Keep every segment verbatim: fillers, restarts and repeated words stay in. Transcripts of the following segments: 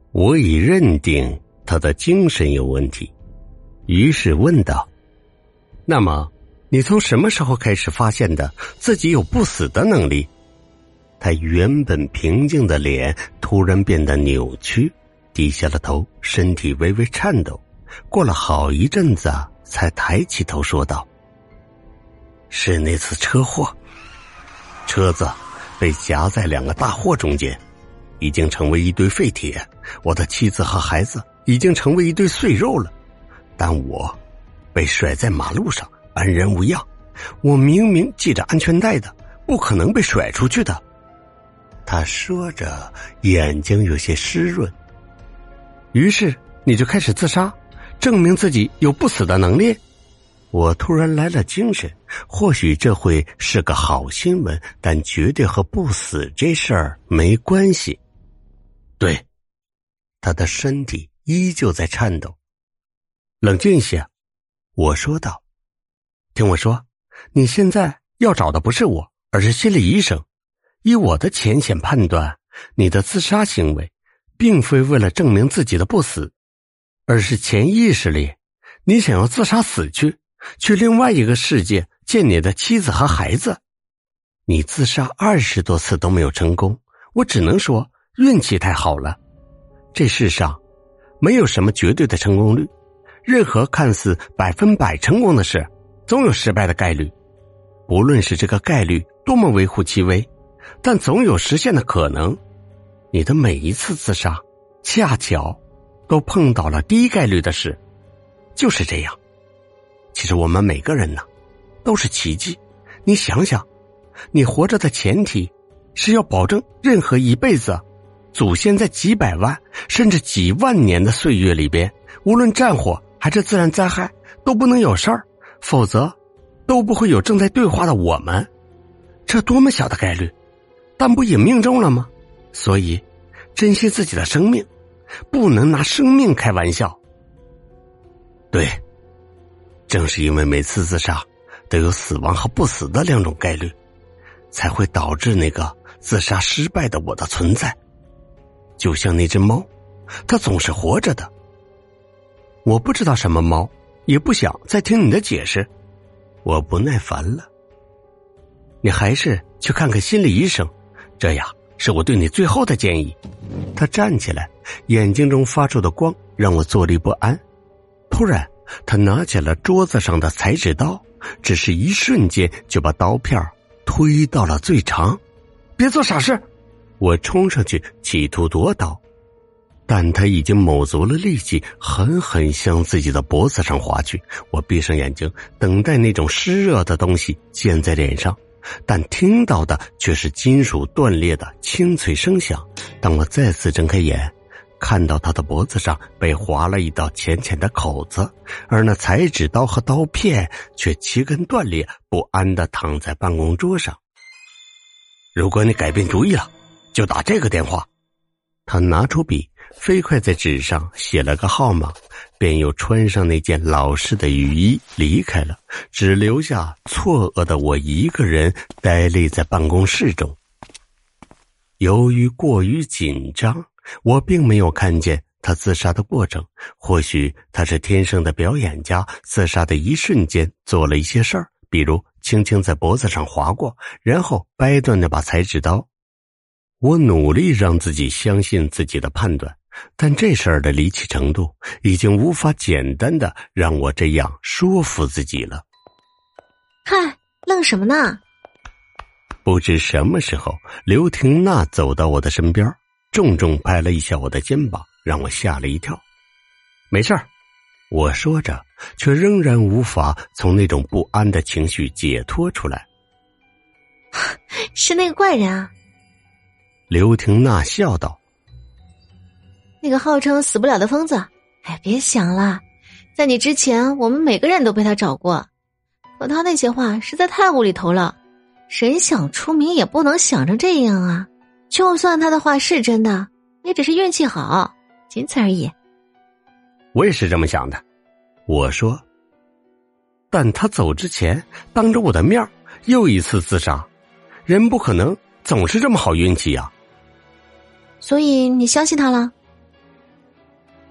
我已认定他的精神有问题，于是问道：那么你从什么时候开始发现的自己有不死的能力？他原本平静的脸突然变得扭曲，低下了头，身体微微颤抖，过了好一阵子才抬起头说道：是那次车祸，车子被夹在两个大货中间，已经成为一堆废铁，我的妻子和孩子已经成为一堆碎肉了，但我被甩在马路上安然无恙，我明明系着安全带的，不可能被甩出去的。他说着眼睛有些湿润。于是你就开始自杀，证明自己有不死的能力？我突然来了精神，或许这会是个好新闻，但绝对和不死这事儿没关系。对，他的身体依旧在颤抖。冷静一些，我说道。听我说，你现在要找的不是我，而是心理医生。以我的浅显判断，你的自杀行为并非为了证明自己的不死，而是潜意识里你想要自杀死去，去另外一个世界见你的妻子和孩子。你自杀二十多次都没有成功，我只能说运气太好了。这世上没有什么绝对的成功率，任何看似百分百成功的事总有失败的概率，不论是这个概率多么微乎其微，但总有实现的可能。你的每一次自杀恰巧都碰到了低概率的事，就是这样。其实我们每个人呢都是奇迹。你想想，你活着的前提是要保证任何一辈子祖先在几百万甚至几万年的岁月里边，无论战火还是自然灾害都不能有事儿，否则都不会有正在对话的我们。这多么小的概率，但不也命中了吗？所以珍惜自己的生命，不能拿生命开玩笑。对，正是因为每次自杀都有死亡和不死的两种概率，才会导致那个自杀失败的我的存在。就像那只猫，它总是活着的。我不知道什么猫，也不想再听你的解释，我不耐烦了。你还是去看看心理医生，这样是我对你最后的建议。他站起来，眼睛中发出的光让我坐立不安。突然他拿起了桌子上的裁纸刀，只是一瞬间就把刀片推到了最长。别做傻事！我冲上去企图夺刀，但他已经卯足了力气，狠狠向自己的脖子上划去。我闭上眼睛，等待那种湿热的东西溅在脸上，但听到的却是金属断裂的清脆声响。当我再次睁开眼，看到他的脖子上被划了一道浅浅的口子，而那裁纸刀和刀片却七根断裂，不安地躺在办公桌上。如果你改变主意了，就打这个电话。他拿出笔，飞快在纸上写了个号码，便又穿上那件老式的雨衣离开了，只留下错愕的我一个人呆立在办公室中。由于过于紧张，我并没有看见他自杀的过程。或许他是天生的表演家，自杀的一瞬间做了一些事儿，比如轻轻在脖子上划过，然后掰断那把裁纸刀。我努力让自己相信自己的判断，但这事儿的离奇程度已经无法简单的让我这样说服自己了。 嗨，愣什么呢？ 不知什么时候，刘婷娜走到我的身边，重重拍了一下我的肩膀，让我吓了一跳。没事儿，我说着，却仍然无法从那种不安的情绪解脱出来。 是那个怪人啊！ 刘婷娜笑道。 那个号称死不了的疯子，哎，别想了，在你之前我们每个人都被他找过，可他那些话实在太无厘头了，谁想出名也不能想成这样啊！就算他的话是真的，也只是运气好，仅此而已。 我也是这么想的，我说。但他走之前当着我的面又一次自杀，人不可能总是这么好运气呀。 所以你相信他了？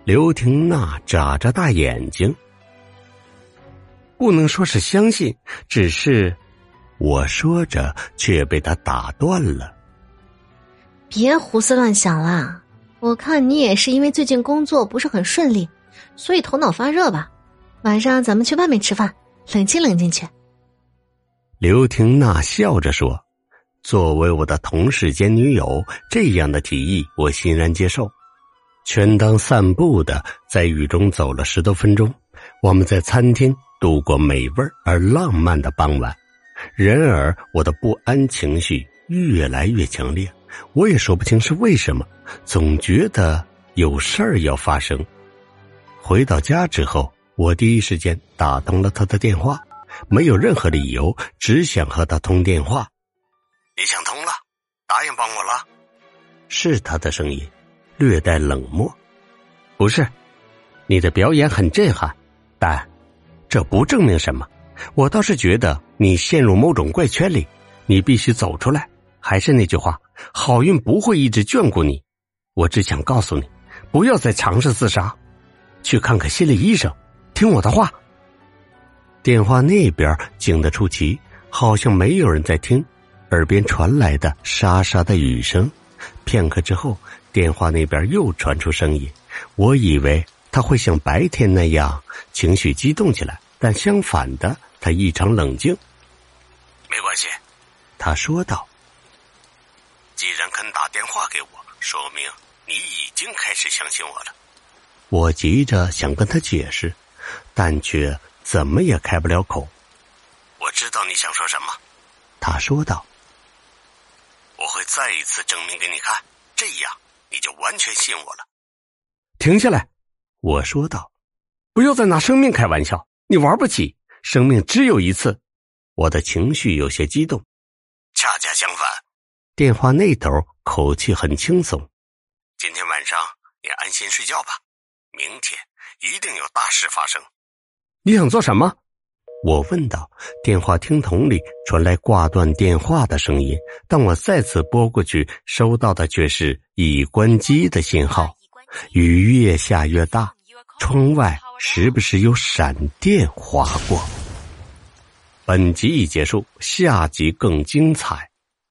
刘婷娜眨着大眼睛，不能说是相信，只是我说着却被他打断了。 别胡思乱想啦，我看你也是因为最近工作不是很顺利，所以头脑发热吧。晚上咱们去外面吃饭，冷静冷静去。 刘婷娜笑着说，作为我的同事兼女友，这样的提议我欣然接受。权当散步的在雨中走了十多分钟，我们在餐厅度过美味而浪漫的傍晚。然而我的不安情绪越来越强烈，我也说不清是为什么，总觉得有事儿要发生。回到家之后，我第一时间打通了他的电话，没有任何理由，只想和他通电话。 你想通了，答应帮我了？ 是他的声音，略带冷漠。 不是，你的表演很震撼，但这不证明什么。我倒是觉得你陷入某种怪圈里，你必须走出来。还是那句话，好运不会一直眷顾你。我只想告诉你，不要再尝试自杀，去看看心理医生，听我的话。 电话那边静得出奇，好像没有人在听，耳边传来的沙沙的雨声。片刻之后，电话那边又传出声音，我以为他会像白天那样情绪激动起来，但相反的，他异常冷静。 没关系， 他说道， 既然肯打电话给我，说明你已经开始相信我了。 我急着想跟他解释，但却怎么也开不了口。 我知道你想说什么， 他说道， 我会再一次证明给你看，这样你就完全信我了。 停下来， 我说道， 不要再拿生命开玩笑，你玩不起，生命只有一次。 我的情绪有些激动。 恰恰相反， 电话那头口气很轻松。 今天晚上你安心睡觉吧，明天一定有大事发生。 你想做什么？ 我问道。电话听筒里传来挂断电话的声音，但我再次拨过去，收到的却是已关机的信号。雨越下越大，窗外时不时有闪电划过。本集已结束，下集更精彩。